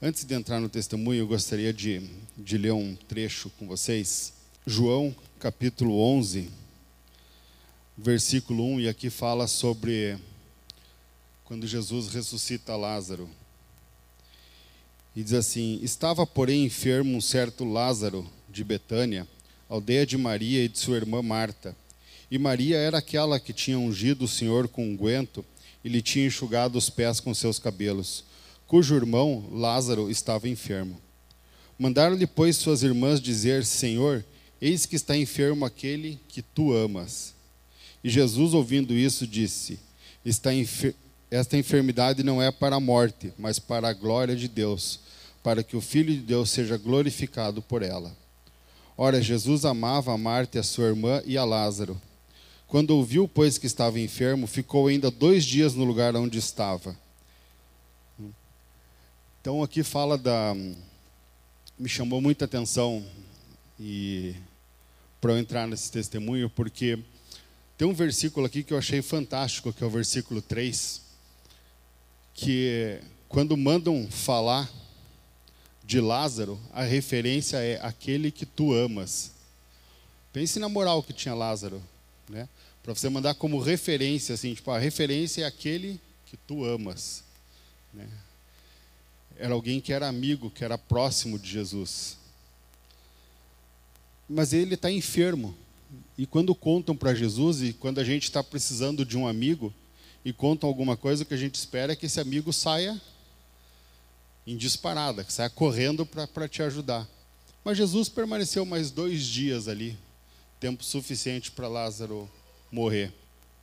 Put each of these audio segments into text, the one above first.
Antes de entrar no testemunho, eu gostaria de ler um trecho com vocês. João, capítulo 11, versículo 1, e aqui fala sobre quando Jesus ressuscita Lázaro. E diz assim: estava, porém, enfermo um certo Lázaro de Betânia, aldeia de Maria e de sua irmã Marta. E Maria era aquela que tinha ungido o Senhor com unguento e lhe tinha enxugado os pés com seus cabelos, cujo irmão Lázaro estava enfermo. Mandaram-lhe, pois, suas irmãs dizer: Senhor, eis que está enfermo aquele que tu amas. E Jesus, ouvindo isso, disse: esta enfermidade não é para a morte, mas para a glória de Deus, para que o Filho de Deus seja glorificado por ela. Ora, Jesus amava a Marta, a sua irmã e a Lázaro. Quando ouviu, pois, que estava enfermo, ficou ainda 2 dias no lugar onde estava. Então aqui fala me chamou muita atenção e para eu entrar nesse testemunho, porque tem um versículo aqui que eu achei fantástico, que é o versículo 3, que quando mandam falar de Lázaro, a referência é aquele que tu amas. Pense na moral que tinha Lázaro, né? Para você mandar como referência, assim, tipo, a referência é aquele que tu amas, né? Era alguém que era amigo, que era próximo de Jesus. Mas ele está enfermo. E quando contam para Jesus, e quando a gente está precisando de um amigo, e contam alguma coisa, o que a gente espera é que esse amigo saia em disparada, que saia correndo para te ajudar. Mas Jesus permaneceu mais 2 dias ali, tempo suficiente para Lázaro morrer.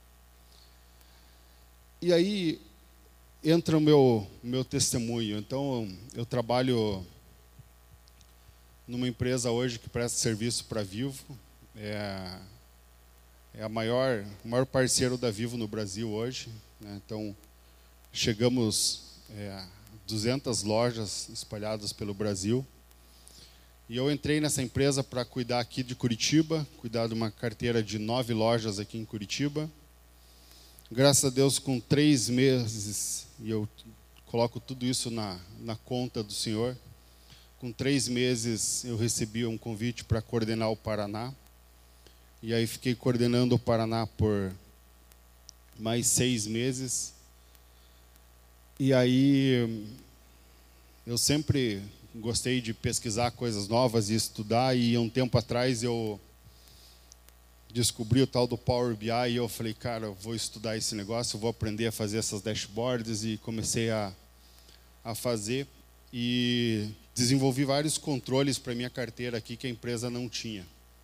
E aí entra o meu testemunho. Então, eu trabalho numa empresa hoje que presta serviço para a Vivo. É o maior parceiro da Vivo no Brasil hoje, né? Então, chegamos a 200 lojas espalhadas pelo Brasil. E eu entrei nessa empresa para cuidar aqui de Curitiba, cuidar de uma carteira de 9 lojas aqui em Curitiba. Graças a Deus, com 3 meses, e eu coloco tudo isso na conta do Senhor, com 3 meses eu recebi um convite para coordenar o Paraná. E aí fiquei coordenando o Paraná por mais 6 meses. E aí eu sempre gostei de pesquisar coisas novas e estudar. E um tempo atrás eu descobri o tal do Power BI e eu falei, cara, eu vou estudar esse negócio, eu vou aprender a fazer essas dashboards, e comecei a fazer e desenvolvi vários controles para minha carteira aqui que a empresa não tinha.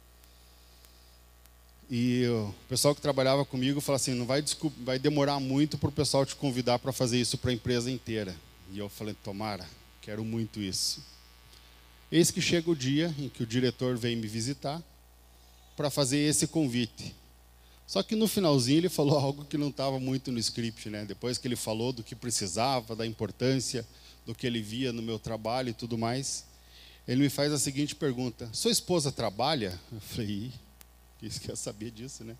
E o pessoal que trabalhava comigo falou assim, não vai demorar muito para o pessoal te convidar para fazer isso para a empresa inteira. E eu falei, tomara, quero muito isso. Eis que chega o dia em que o diretor vem me visitar para fazer esse convite. Só que no finalzinho ele falou algo que não estava muito no script, né? Depois que ele falou do que precisava, da importância, do que ele via no meu trabalho e tudo mais, ele me faz a seguinte pergunta: sua esposa trabalha? Eu falei, quem quer saber disso, né?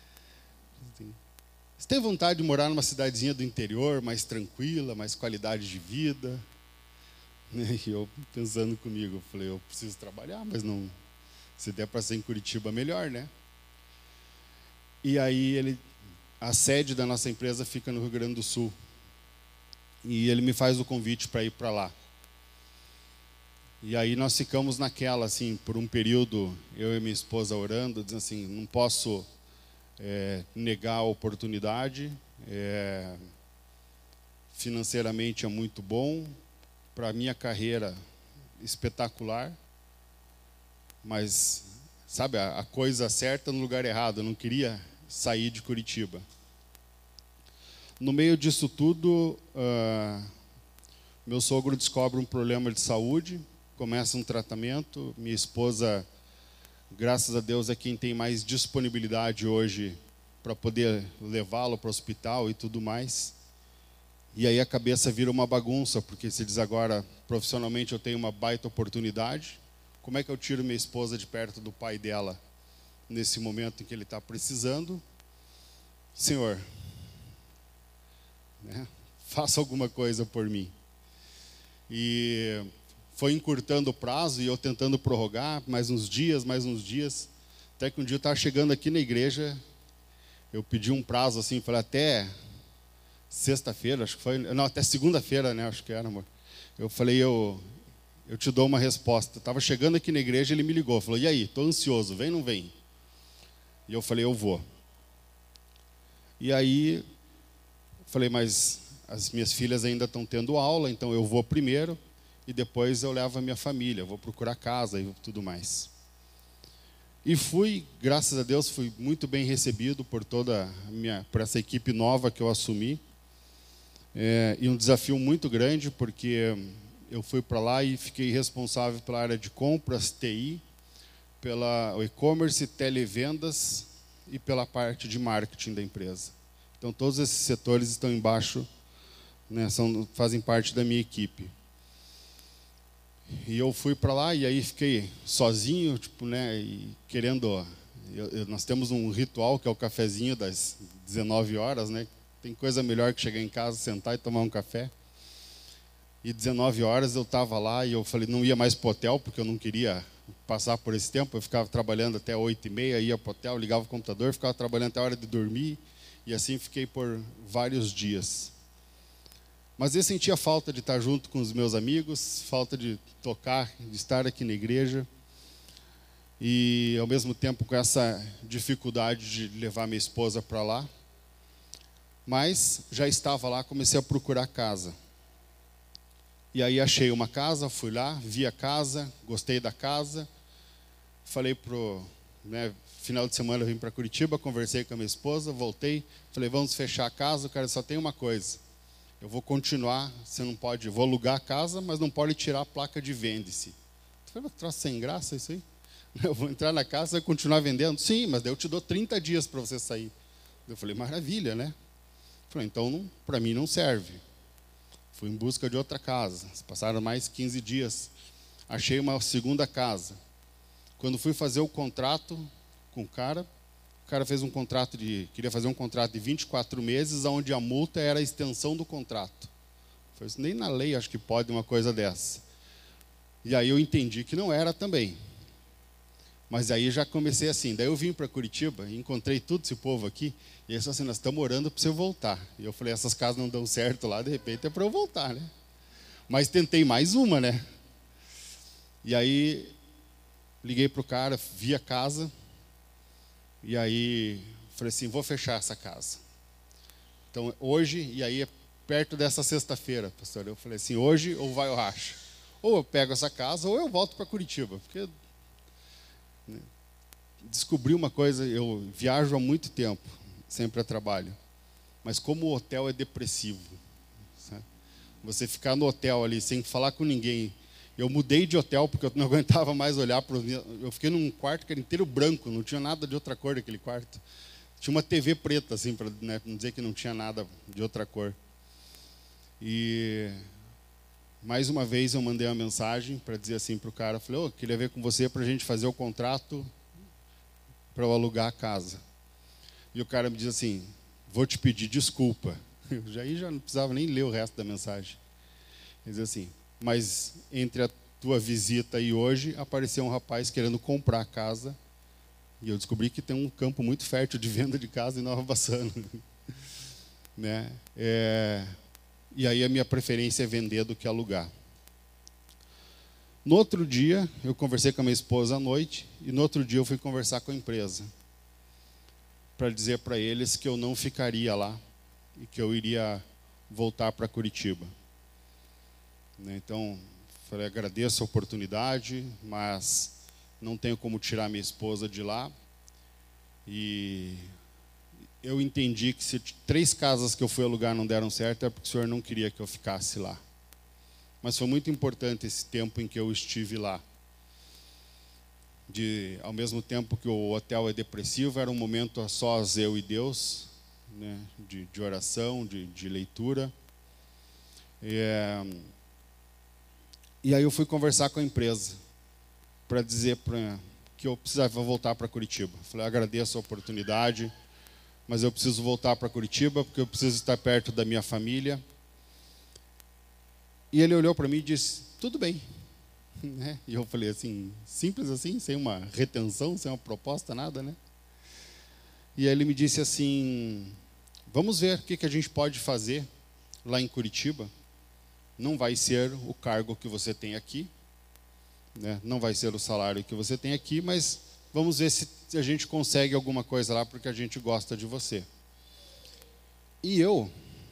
Você tem vontade de morar numa cidadezinha do interior, mais tranquila, mais qualidade de vida? E eu pensando comigo, eu falei, eu preciso trabalhar, mas não... Se der para ser em Curitiba, melhor, né? E aí a sede da nossa empresa fica no Rio Grande do Sul. E ele me faz o convite para ir para lá. E aí nós ficamos naquela, assim, por um período, eu e minha esposa orando, dizendo assim, não posso negar a oportunidade, financeiramente é muito bom, para a minha carreira espetacular, mas, sabe, a coisa certa no lugar errado. Eu não queria sair de Curitiba. No meio disso tudo, meu sogro descobre um problema de saúde, começa um tratamento. Minha esposa, graças a Deus, é quem tem mais disponibilidade hoje para poder levá-lo para o hospital e tudo mais. E aí a cabeça vira uma bagunça, porque se diz agora, profissionalmente eu tenho uma baita oportunidade, como é que eu tiro minha esposa de perto do pai dela nesse momento em que ele está precisando? Senhor, né, faça alguma coisa por mim. E foi encurtando o prazo e eu tentando prorrogar mais uns dias, até que um dia eu estava chegando aqui na igreja, eu pedi um prazo assim, falei até sexta-feira, acho que foi, não, até segunda-feira, né, acho que era, amor. Eu falei, eu te dou uma resposta. Estava chegando aqui na igreja, ele me ligou, falou, e aí, estou ansioso, vem ou não vem? E eu falei, eu vou. E aí, falei, mas as minhas filhas ainda estão tendo aula, então eu vou primeiro e depois eu levo a minha família, eu vou procurar casa e tudo mais. E fui, graças a Deus, fui muito bem recebido por por essa equipe nova que eu assumi. E um desafio muito grande, porque eu fui para lá e fiquei responsável pela área de compras, TI, pela e-commerce, televendas e pela parte de marketing da empresa. Então, todos esses setores estão embaixo, né, fazem parte da minha equipe. E eu fui para lá e aí fiquei sozinho, tipo, né, e querendo... nós temos um ritual que é o cafezinho das 19 horas, né? Tem coisa melhor que chegar em casa, sentar e tomar um café. E 19 horas eu estava lá e eu falei, não ia mais para o hotel, porque eu não queria passar por esse tempo. Eu ficava trabalhando até 8h30, ia para o hotel, ligava o computador, ficava trabalhando até a hora de dormir. E assim fiquei por vários dias. Mas eu sentia falta de estar junto com os meus amigos, falta de tocar, de estar aqui na igreja. E ao mesmo tempo com essa dificuldade de levar minha esposa para lá. Mas já estava lá, comecei a procurar casa. E aí achei uma casa, fui lá, vi a casa, gostei da casa. Falei final de semana eu vim para Curitiba, conversei com a minha esposa, voltei, falei, vamos fechar a casa, o cara só tem uma coisa. Eu vou continuar, você não pode, vou alugar a casa, mas não pode tirar a placa de vende-se. Eu falei, troço sem graça isso aí? Eu vou entrar na casa e continuar vendendo? Sim, mas daí eu te dou 30 dias para você sair. Eu falei, maravilha, né? Eu falei, então para mim não serve. Fui em busca de outra casa. Passaram mais 15 dias. Achei uma segunda casa. Quando fui fazer o contrato com o cara fez queria fazer um contrato de 24 meses, onde a multa era a extensão do contrato. Falei, nem na lei acho que pode uma coisa dessa. E aí eu entendi que não era também. Mas aí já comecei assim. Daí eu vim para Curitiba, encontrei todo esse povo aqui, e eles falaram assim, nós estamos orando para você voltar. E eu falei, essas casas não dão certo lá, de repente é para eu voltar, né? Mas tentei mais uma, né? E aí liguei para o cara, vi a casa, e aí falei assim, vou fechar essa casa. Então hoje, e aí é perto dessa sexta-feira, pastor, eu falei assim, hoje ou vai ou racha. Ou eu pego essa casa, ou eu volto para Curitiba, porque... Descobri uma coisa, eu viajo há muito tempo, sempre a trabalho, mas como o hotel é depressivo, sabe? Você ficar no hotel ali sem falar com ninguém. Eu mudei de hotel porque eu não aguentava mais olhar para eu fiquei num quarto que era inteiro branco, não tinha nada de outra cor daquele quarto. Tinha uma TV preta, assim, para, né, não dizer que não tinha nada de outra cor. E mais uma vez eu mandei uma mensagem para dizer assim para o cara, falei, queria ver com você para a gente fazer o contrato para eu alugar a casa. E o cara me diz assim, vou te pedir desculpa. Eu já não precisava nem ler o resto da mensagem. Ele diz assim, mas entre a tua visita e hoje, apareceu um rapaz querendo comprar a casa, e eu descobri que tem um campo muito fértil de venda de casa em Nova Bassano. Né? E aí a minha preferência é vender do que alugar. No outro dia, eu conversei com a minha esposa à noite, e no outro dia eu fui conversar com a empresa, para dizer para eles que eu não ficaria lá, e que eu iria voltar para Curitiba. Então, falei, agradeço a oportunidade, mas não tenho como tirar minha esposa de lá. E eu entendi que se 3 casas que eu fui alugar não deram certo, é porque o senhor não queria que eu ficasse lá. Mas foi muito importante esse tempo em que eu estive lá. Ao mesmo tempo que o hotel é depressivo, era um momento a sós, eu e Deus, né, de oração, de leitura. E aí eu fui conversar com a empresa para dizer que eu precisava voltar para Curitiba. Falei, agradeço a oportunidade, mas eu preciso voltar para Curitiba porque eu preciso estar perto da minha família. E ele olhou para mim e disse, tudo bem. Né? E eu falei assim, simples assim, sem uma retenção, sem uma proposta, nada, né? E aí ele me disse assim, vamos ver o que a gente pode fazer lá em Curitiba. Não vai ser o cargo que você tem aqui, né? Não vai ser o salário que você tem aqui, mas vamos ver se a gente consegue alguma coisa lá, porque a gente gosta de você. E eu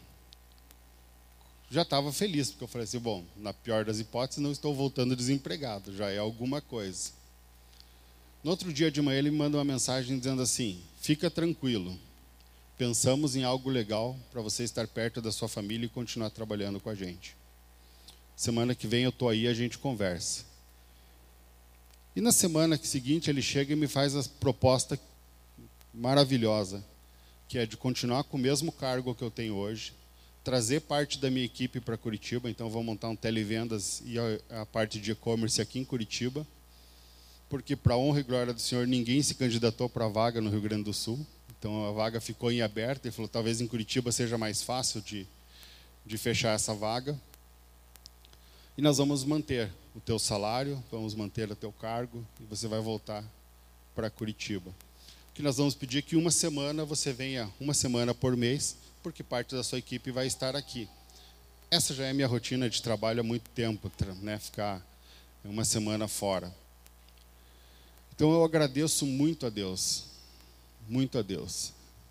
já estava feliz, porque eu falei assim, bom, na pior das hipóteses, não estou voltando desempregado, já é alguma coisa. No outro dia de manhã, ele me manda uma mensagem dizendo assim, fica tranquilo, pensamos em algo legal para você estar perto da sua família e continuar trabalhando com a gente. Semana que vem eu estou aí e a gente conversa. E na semana seguinte, ele chega e me faz a proposta maravilhosa, que é de continuar com o mesmo cargo que eu tenho hoje, trazer parte da minha equipe para Curitiba, então vou montar um televendas e a parte de e-commerce aqui em Curitiba, porque para a honra e glória do Senhor, ninguém se candidatou para a vaga no Rio Grande do Sul, então a vaga ficou em aberto, ele falou, talvez em Curitiba seja mais fácil de fechar essa vaga, e nós vamos manter o teu salário, vamos manter o teu cargo, e você vai voltar para Curitiba. O que nós vamos pedir é que uma semana você venha, uma semana por mês, porque parte da sua equipe vai estar aqui. Essa já é a minha rotina de trabalho há muito tempo, né? Ficar uma semana fora. Então eu agradeço muito a Deus, muito a Deus.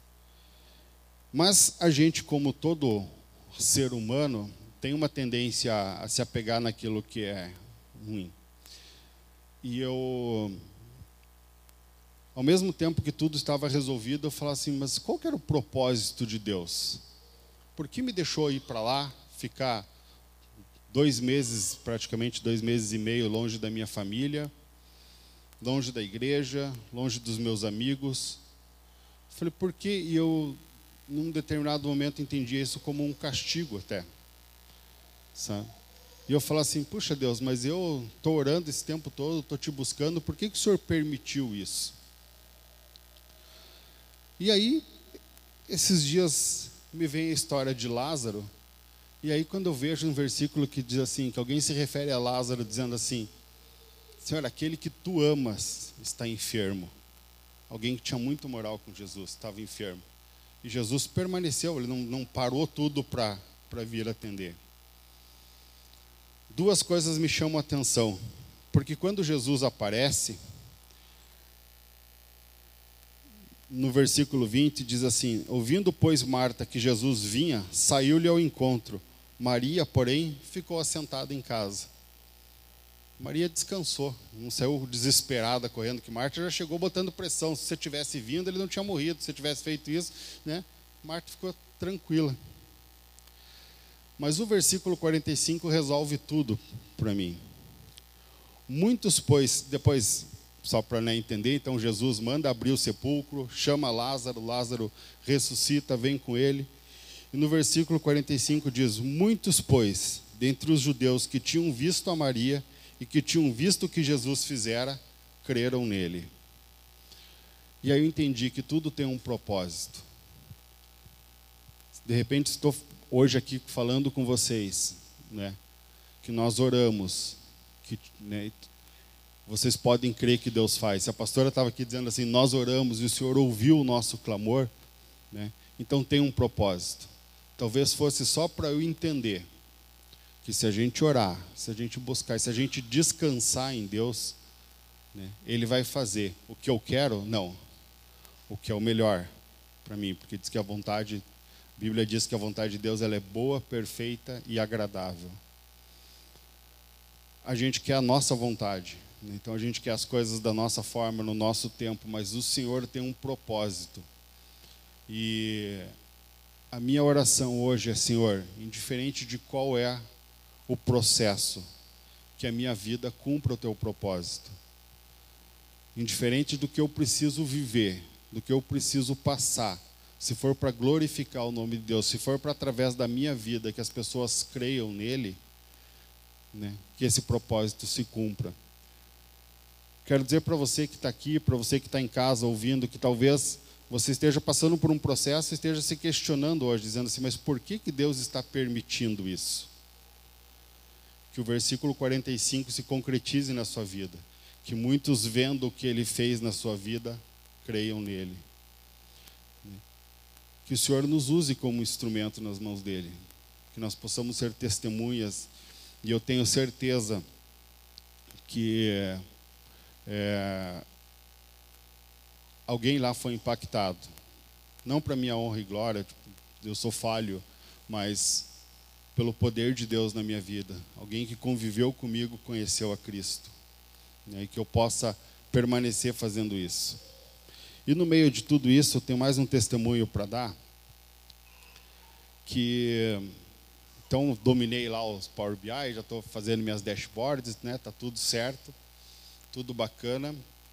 Mas a gente, como todo ser humano, tem uma tendência a se apegar naquilo que é ruim. E eu, ao mesmo tempo que tudo estava resolvido, eu falava assim, mas qual que era o propósito de Deus? Por que me deixou ir para lá, ficar 2 meses, praticamente 2 meses e meio, longe da minha família, longe da igreja, longe dos meus amigos? Eu falei, por quê? E eu, num determinado momento, entendia isso como um castigo até. Sabe? E eu falava assim, puxa Deus, mas eu estou orando esse tempo todo, estou te buscando, por que o Senhor permitiu isso? E aí, esses dias me vem a história de Lázaro, e aí quando eu vejo um versículo que diz assim, que alguém se refere a Lázaro dizendo assim, Senhor, aquele que tu amas está enfermo. Alguém que tinha muito moral com Jesus, estava enfermo. E Jesus permaneceu, ele não parou tudo para vir atender. 2 coisas me chamam a atenção, porque quando Jesus aparece, no versículo 20 diz assim, ouvindo pois Marta que Jesus vinha, saiu-lhe ao encontro, Maria, porém, ficou assentada em casa. Maria descansou, não saiu desesperada correndo, que Marta já chegou botando pressão, se você tivesse vindo ele não tinha morrido, se você tivesse feito isso, né? Marta ficou tranquila. Mas o versículo 45 resolve tudo para mim. Muitos, pois, depois, só para entender, então Jesus manda abrir o sepulcro, chama Lázaro, Lázaro ressuscita, vem com ele. E no versículo 45 diz, muitos, pois, dentre os judeus que tinham visto a Maria e que tinham visto o que Jesus fizera, creram nele. E aí eu entendi que tudo tem um propósito. De repente estou hoje aqui falando com vocês, né, que nós oramos, que, né, vocês podem crer que Deus faz. Se a pastora estava aqui dizendo assim, nós oramos e o Senhor ouviu o nosso clamor, né, então tem um propósito. Talvez fosse só para eu entender que se a gente orar, se a gente buscar, se a gente descansar em Deus, né, Ele vai fazer o que eu quero? Não. O que é o melhor para mim, porque diz que a Bíblia diz que a vontade de Deus ela é boa, perfeita e agradável. A gente quer a nossa vontade, né? Então a gente quer as coisas da nossa forma, no nosso tempo, mas o Senhor tem um propósito. E a minha oração hoje é, Senhor, indiferente de qual é o processo, que a minha vida cumpra o teu propósito. Indiferente do que eu preciso viver, do que eu preciso passar, se for para glorificar o nome de Deus, se for para através da minha vida que as pessoas creiam nele, né, que esse propósito se cumpra. Quero dizer para você que está aqui, para você que está em casa ouvindo, que talvez você esteja passando por um processo, esteja se questionando hoje, dizendo assim, mas por que Deus está permitindo isso? que o versículo 45 se concretize na sua vida. Que muitos, vendo o que ele fez na sua vida, creiam nele. Que o Senhor nos use como instrumento nas mãos dele. Que nós possamos ser testemunhas. E eu tenho certeza que alguém lá foi impactado. Não para minha honra e glória, eu sou falho, mas pelo poder de Deus na minha vida. Alguém que conviveu comigo, conheceu a Cristo. E que eu possa permanecer fazendo isso. E no meio de tudo isso, eu tenho mais um testemunho para dar. Então, dominei lá os Power BI, já estou fazendo minhas dashboards, né? Tá tudo certo, tudo bacana.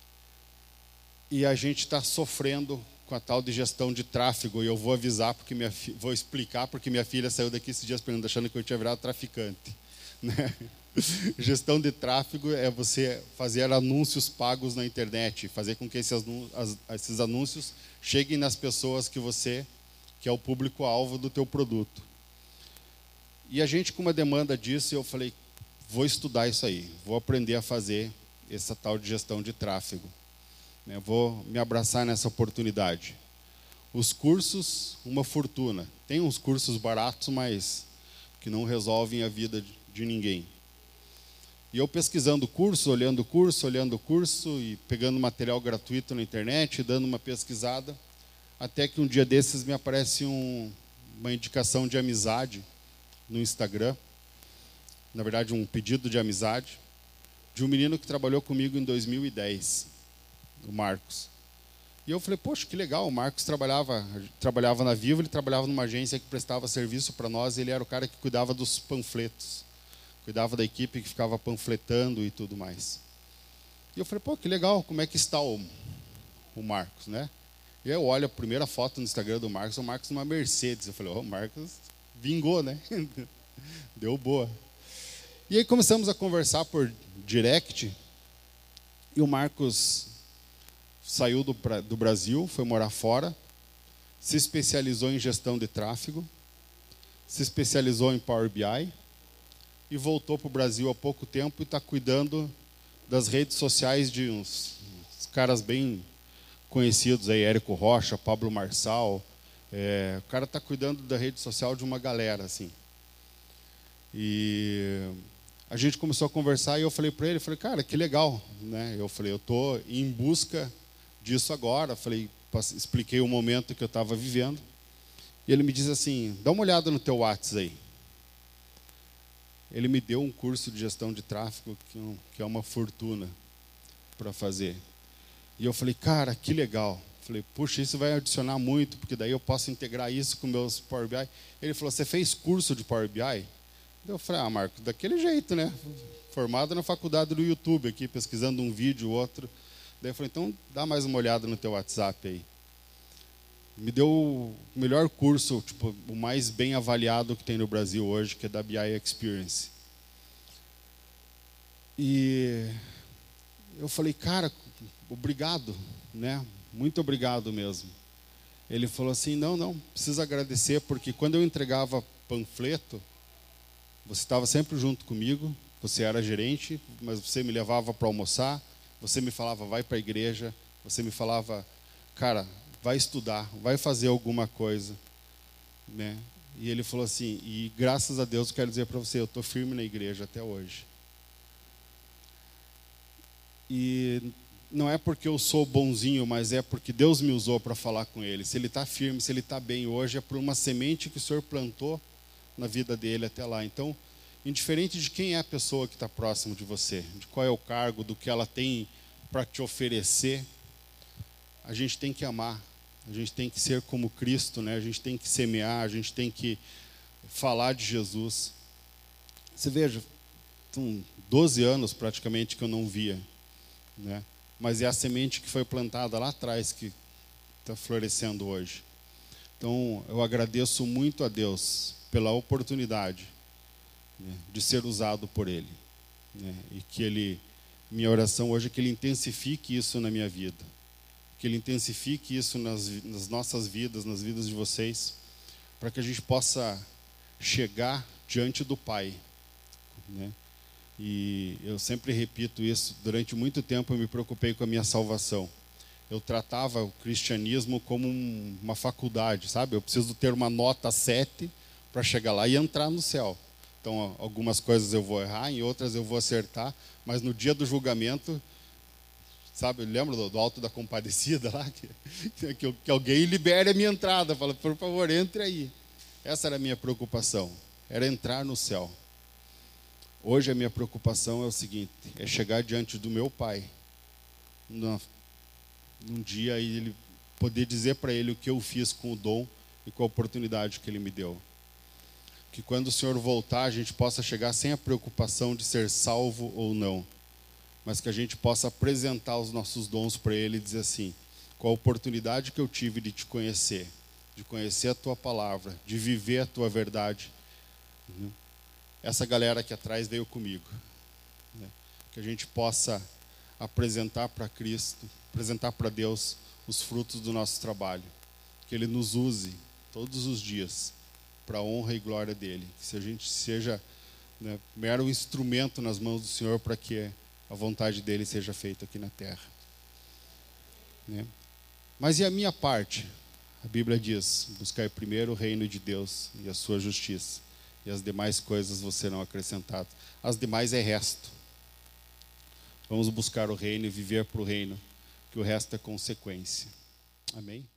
E a gente está sofrendo com a tal de gestão de tráfego. E eu vou avisar, porque vou explicar, porque minha filha saiu daqui esses dias achando que eu tinha virado traficante. Né? Gestão de tráfego é você fazer anúncios pagos na internet, fazer com que esses anúncios cheguem nas pessoas que é o público-alvo do teu produto. E a gente, com uma demanda disso, eu falei, vou estudar isso aí, vou aprender a fazer essa tal de gestão de tráfego. Vou me abraçar nessa oportunidade. Os cursos, uma fortuna. Tem uns cursos baratos, mas que não resolvem a vida de ninguém. E eu pesquisando olhando o curso e pegando material gratuito na internet, dando uma pesquisada, até que um dia desses me aparece uma indicação de amizade no Instagram, na verdade um pedido de amizade, de um menino que trabalhou comigo em 2010, o Marcos. E eu falei, poxa, que legal, o Marcos trabalhava na Vivo, ele trabalhava numa agência que prestava serviço para nós, ele era o cara que cuidava dos panfletos. Cuidava da equipe que ficava panfletando e tudo mais. E eu falei, pô, que legal, como é que está o Marcos, né? E aí eu olho a primeira foto no Instagram do Marcos, o Marcos numa Mercedes. Eu falei, o Marcos vingou, né? Deu boa. E aí começamos a conversar por direct, e o Marcos saiu do Brasil, foi morar fora, se especializou em gestão de tráfego, se especializou em Power BI, e voltou para o Brasil há pouco tempo e está cuidando das redes sociais de uns caras bem conhecidos, aí, Érico Rocha, Pablo Marçal. O cara está cuidando da rede social de uma galera, assim. E a gente começou a conversar e eu falei para ele, cara, que legal, né? Eu falei, eu estou em busca disso agora. Expliquei o momento que eu estava vivendo. E ele me diz assim, dá uma olhada no teu WhatsApp aí. Ele me deu um curso de gestão de tráfego que é uma fortuna para fazer. E eu falei, cara, que legal. Falei, puxa, isso vai adicionar muito, porque daí eu posso integrar isso com meus Power BI. Ele falou, você fez curso de Power BI? Eu falei, Marco, daquele jeito, né? Formado na faculdade do YouTube aqui, pesquisando um vídeo, outro. Daí eu falei, então dá mais uma olhada no teu WhatsApp aí. Me deu o melhor curso, o mais bem avaliado que tem no Brasil hoje, que é da BI Experience. E eu falei, cara, obrigado, né? Muito obrigado mesmo. Ele falou assim, não, precisa agradecer, porque quando eu entregava panfleto, você estava sempre junto comigo, você era gerente, mas você me levava para almoçar, você me falava, vai para a igreja, você me falava, cara, vai estudar, vai fazer alguma coisa, né? E ele falou assim, e graças a Deus, quero dizer para você, eu estou firme na igreja até hoje. E não é porque eu sou bonzinho, mas é porque Deus me usou para falar com ele. Se ele está firme, se ele está bem hoje, é por uma semente que o Senhor plantou na vida dele até lá. Então, indiferente de quem é a pessoa que está próximo de você, de qual é o cargo, do que ela tem para te oferecer, a gente tem que amar. A gente tem que ser como Cristo, né? A gente tem que semear, a gente tem que falar de Jesus. Você veja, são 12 anos praticamente que eu não via, né? Mas é a semente que foi plantada lá atrás que está florescendo hoje. Então, eu agradeço muito a Deus pela oportunidade, né, de ser usado por Ele, né? E que minha oração hoje é que Ele intensifique isso na minha vida. Que Ele intensifique isso nas nossas vidas, nas vidas de vocês, para que a gente possa chegar diante do Pai, né? E eu sempre repito isso, durante muito tempo eu me preocupei com a minha salvação. Eu tratava o cristianismo como uma faculdade, sabe? Eu preciso ter uma nota 7 para chegar lá e entrar no céu. Então, algumas coisas eu vou errar, em outras eu vou acertar, mas no dia do julgamento, sabe, lembra do Alto da Compadecida lá? Que alguém libere a minha entrada, fala, por favor, entre aí. Essa era a minha preocupação, era entrar no céu. Hoje a minha preocupação é o seguinte, é chegar diante do meu Pai, num dia, e ele poder dizer para ele o que eu fiz com o dom e com a oportunidade que ele me deu. Que quando o Senhor voltar, a gente possa chegar sem a preocupação de ser salvo ou não, mas que a gente possa apresentar os nossos dons para ele e dizer assim, com a oportunidade que eu tive de te conhecer, de conhecer a tua palavra, de viver a tua verdade, essa galera aqui atrás veio comigo, que a gente possa apresentar para Cristo, apresentar para Deus os frutos do nosso trabalho, que Ele nos use todos os dias para a honra e glória dEle, que a gente seja mero instrumento nas mãos do Senhor para que a vontade dEle seja feita aqui na terra. Mas e a minha parte? A Bíblia diz, buscai primeiro o reino de Deus e a sua justiça, e as demais coisas vos serão acrescentadas. As demais é resto. Vamos buscar o reino e viver para o reino, que o resto é consequência. Amém?